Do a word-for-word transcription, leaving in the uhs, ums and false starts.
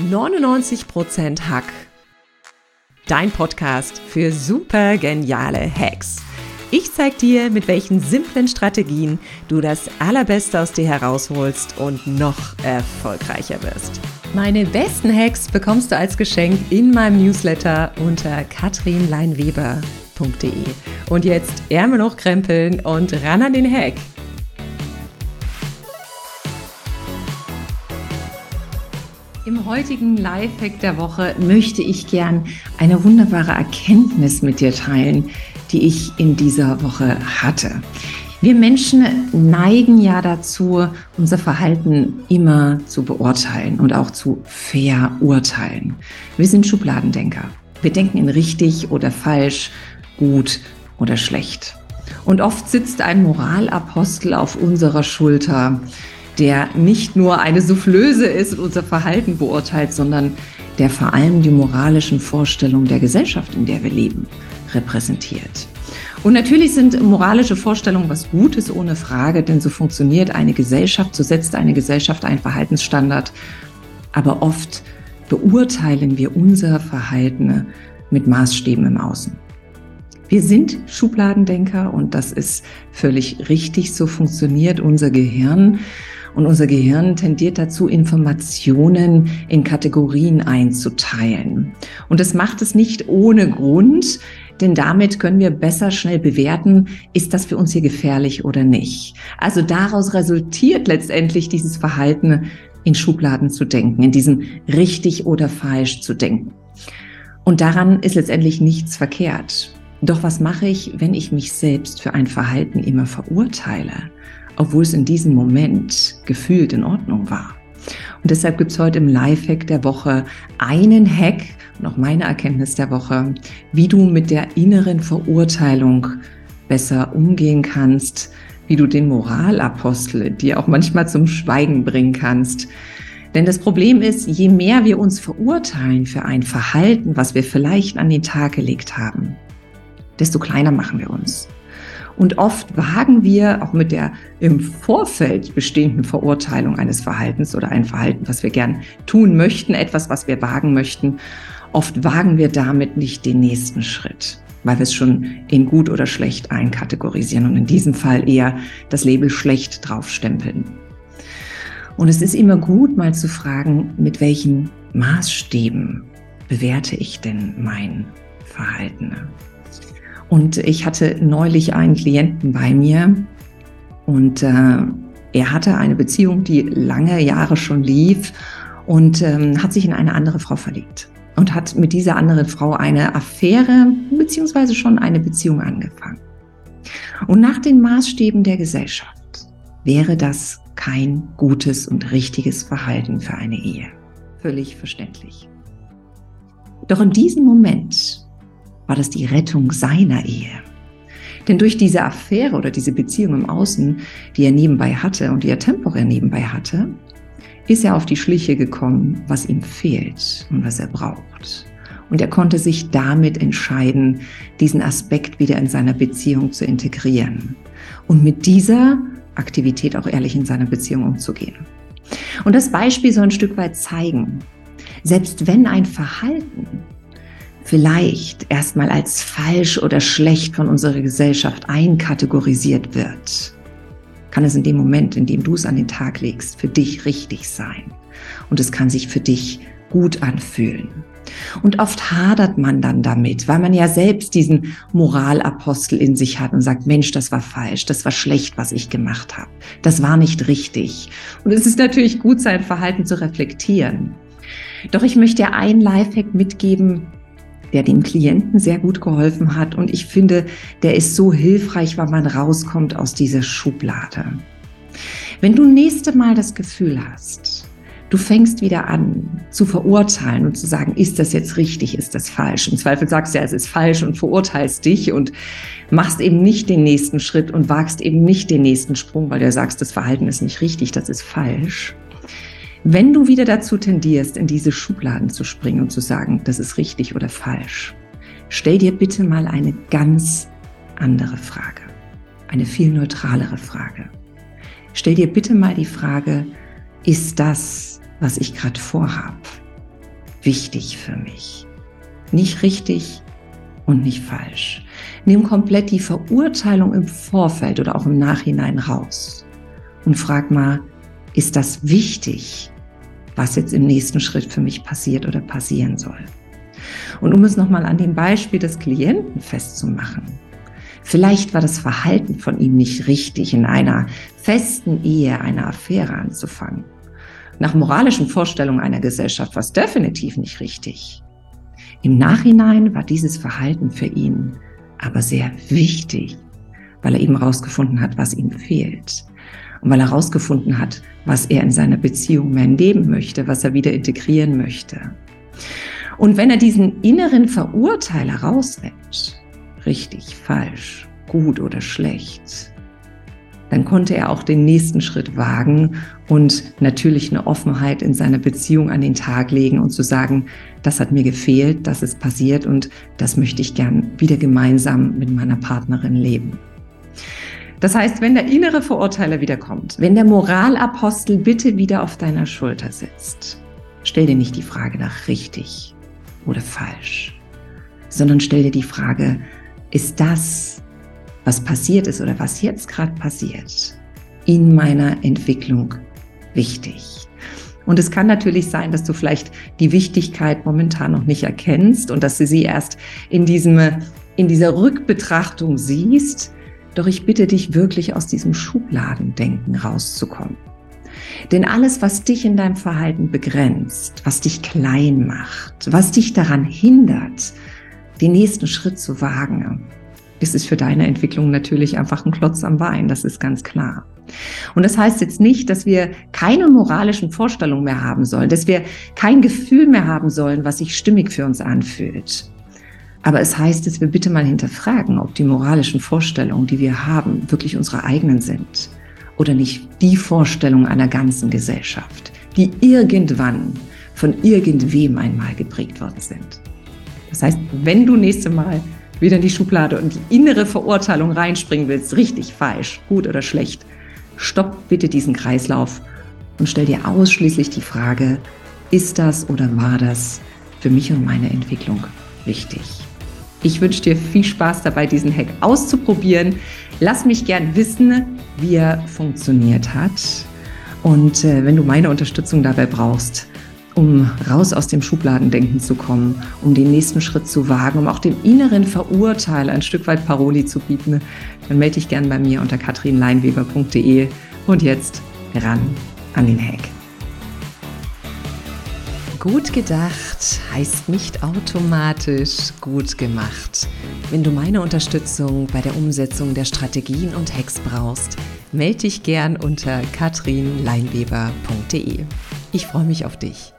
neunundneunzig Prozent Hack. Dein Podcast für super geniale Hacks. Ich zeig dir, mit welchen simplen Strategien du das Allerbeste aus dir herausholst und noch erfolgreicher wirst. Meine besten Hacks bekommst du als Geschenk in meinem Newsletter unter katrin leinweber punkt de. Und jetzt Ärmel hochkrempeln und ran an den Hack. Im heutigen Lifehack der Woche möchte ich gern eine wunderbare Erkenntnis mit dir teilen, die ich in dieser Woche hatte. Wir Menschen neigen ja dazu, unser Verhalten immer zu beurteilen und auch zu verurteilen. Wir sind Schubladendenker. Wir denken in richtig oder falsch, gut oder schlecht. Und oft sitzt ein Moralapostel auf unserer Schulter, der nicht nur eine Soufflöse ist und unser Verhalten beurteilt, sondern der vor allem die moralischen Vorstellungen der Gesellschaft, in der wir leben, repräsentiert. Und natürlich sind moralische Vorstellungen was Gutes, ohne Frage, denn so funktioniert eine Gesellschaft, so setzt eine Gesellschaft einen Verhaltensstandard. Aber oft beurteilen wir unser Verhalten mit Maßstäben im Außen. Wir sind Schubladendenker und das ist völlig richtig, so funktioniert unser Gehirn. Und unser Gehirn tendiert dazu, Informationen in Kategorien einzuteilen. Und das macht es nicht ohne Grund, denn damit können wir besser schnell bewerten, ist das für uns hier gefährlich oder nicht. Also daraus resultiert letztendlich dieses Verhalten, in Schubladen zu denken, in diesem richtig oder falsch zu denken. Und daran ist letztendlich nichts verkehrt. Doch was mache ich, wenn ich mich selbst für ein Verhalten immer verurteile, obwohl es in diesem Moment gefühlt in Ordnung war? Und deshalb gibt es heute im Lifehack der Woche einen Hack, und auch meine Erkenntnis der Woche, wie du mit der inneren Verurteilung besser umgehen kannst, wie du den Moralapostel dir auch manchmal zum Schweigen bringen kannst. Denn das Problem ist, je mehr wir uns verurteilen für ein Verhalten, was wir vielleicht an den Tag gelegt haben, desto kleiner machen wir uns. Und oft wagen wir auch mit der im Vorfeld bestehenden Verurteilung eines Verhaltens oder ein Verhalten, was wir gern tun möchten, etwas, was wir wagen möchten, oft wagen wir damit nicht den nächsten Schritt, weil wir es schon in gut oder schlecht einkategorisieren und in diesem Fall eher das Label schlecht draufstempeln. Und es ist immer gut, mal zu fragen, mit welchen Maßstäben bewerte ich denn mein Verhalten? Und ich hatte neulich einen Klienten bei mir und äh, er hatte eine Beziehung, die lange Jahre schon lief und ähm, hat sich in eine andere Frau verliebt und hat mit dieser anderen Frau eine Affäre beziehungsweise schon eine Beziehung angefangen. Und nach den Maßstäben der Gesellschaft wäre das kein gutes und richtiges Verhalten für eine Ehe. Völlig verständlich. Doch in diesem Moment war das die Rettung seiner Ehe. Denn durch diese Affäre oder diese Beziehung im Außen, die er nebenbei hatte und die er temporär nebenbei hatte, ist er auf die Schliche gekommen, was ihm fehlt und was er braucht. Und er konnte sich damit entscheiden, diesen Aspekt wieder in seiner Beziehung zu integrieren und mit dieser Aktivität auch ehrlich in seiner Beziehung umzugehen. Und das Beispiel soll ein Stück weit zeigen, selbst wenn ein Verhalten vielleicht erstmal als falsch oder schlecht von unserer Gesellschaft einkategorisiert wird, kann es in dem Moment, in dem du es an den Tag legst, für dich richtig sein. Und es kann sich für dich gut anfühlen. Und oft hadert man dann damit, weil man ja selbst diesen Moralapostel in sich hat und sagt, Mensch, das war falsch, das war schlecht, was ich gemacht habe. Das war nicht richtig. Und es ist natürlich gut, sein Verhalten zu reflektieren. Doch ich möchte dir einen Lifehack mitgeben, der dem Klienten sehr gut geholfen hat. Und ich finde, der ist so hilfreich, weil man rauskommt aus dieser Schublade. Wenn du nächste Mal das Gefühl hast, du fängst wieder an zu verurteilen und zu sagen, ist das jetzt richtig, ist das falsch? Im Zweifel sagst du ja, es ist falsch und verurteilst dich und machst eben nicht den nächsten Schritt und wagst eben nicht den nächsten Sprung, weil du sagst, das Verhalten ist nicht richtig, das ist falsch. Wenn du wieder dazu tendierst, in diese Schubladen zu springen und zu sagen, das ist richtig oder falsch, stell dir bitte mal eine ganz andere Frage, eine viel neutralere Frage. Stell dir bitte mal die Frage, ist das, was ich gerade vorhabe, wichtig für mich? Nicht richtig und nicht falsch. Nimm komplett die Verurteilung im Vorfeld oder auch im Nachhinein raus und frag mal, ist das wichtig, was jetzt im nächsten Schritt für mich passiert oder passieren soll? Und um es nochmal an dem Beispiel des Klienten festzumachen, vielleicht war das Verhalten von ihm nicht richtig, in einer festen Ehe eine Affäre anzufangen. Nach moralischen Vorstellungen einer Gesellschaft war es definitiv nicht richtig. Im Nachhinein war dieses Verhalten für ihn aber sehr wichtig, weil er eben herausgefunden hat, was ihm fehlt. Und weil er herausgefunden hat, was er in seiner Beziehung mehr leben möchte, was er wieder integrieren möchte. Und wenn er diesen inneren Verurteiler rausnimmt, richtig, falsch, gut oder schlecht, dann konnte er auch den nächsten Schritt wagen und natürlich eine Offenheit in seiner Beziehung an den Tag legen und zu sagen, das hat mir gefehlt, das ist passiert und das möchte ich gern wieder gemeinsam mit meiner Partnerin leben. Das heißt, wenn der innere Verurteiler wiederkommt, wenn der Moralapostel bitte wieder auf deiner Schulter sitzt, stell dir nicht die Frage nach richtig oder falsch, sondern stell dir die Frage, ist das, was passiert ist oder was jetzt gerade passiert, in meiner Entwicklung wichtig? Und es kann natürlich sein, dass du vielleicht die Wichtigkeit momentan noch nicht erkennst und dass du sie erst in diesem, in dieser Rückbetrachtung siehst. Doch ich bitte dich wirklich, aus diesem Schubladendenken rauszukommen. Denn alles, was dich in deinem Verhalten begrenzt, was dich klein macht, was dich daran hindert, den nächsten Schritt zu wagen, ist es für deine Entwicklung natürlich einfach ein Klotz am Bein, das ist ganz klar. Und das heißt jetzt nicht, dass wir keine moralischen Vorstellungen mehr haben sollen, dass wir kein Gefühl mehr haben sollen, was sich stimmig für uns anfühlt. Aber es heißt, dass wir bitte mal hinterfragen, ob die moralischen Vorstellungen, die wir haben, wirklich unsere eigenen sind oder nicht die Vorstellung einer ganzen Gesellschaft, die irgendwann von irgendwem einmal geprägt worden sind. Das heißt, wenn du nächste Mal wieder in die Schublade und die innere Verurteilung reinspringen willst, richtig, falsch, gut oder schlecht, stopp bitte diesen Kreislauf und stell dir ausschließlich die Frage, ist das oder war das für mich und meine Entwicklung wichtig? Ich wünsche dir viel Spaß dabei, diesen Hack auszuprobieren. Lass mich gern wissen, wie er funktioniert hat. Und äh, wenn du meine Unterstützung dabei brauchst, um raus aus dem Schubladendenken zu kommen, um den nächsten Schritt zu wagen, um auch dem inneren Verurteiler ein Stück weit Paroli zu bieten, dann melde dich gern bei mir unter katrin leinweber punkt de. Und jetzt ran an den Hack. Gut gedacht heißt nicht automatisch gut gemacht. Wenn du meine Unterstützung bei der Umsetzung der Strategien und Hacks brauchst, melde dich gern unter katrin leinweber punkt de. Ich freue mich auf dich.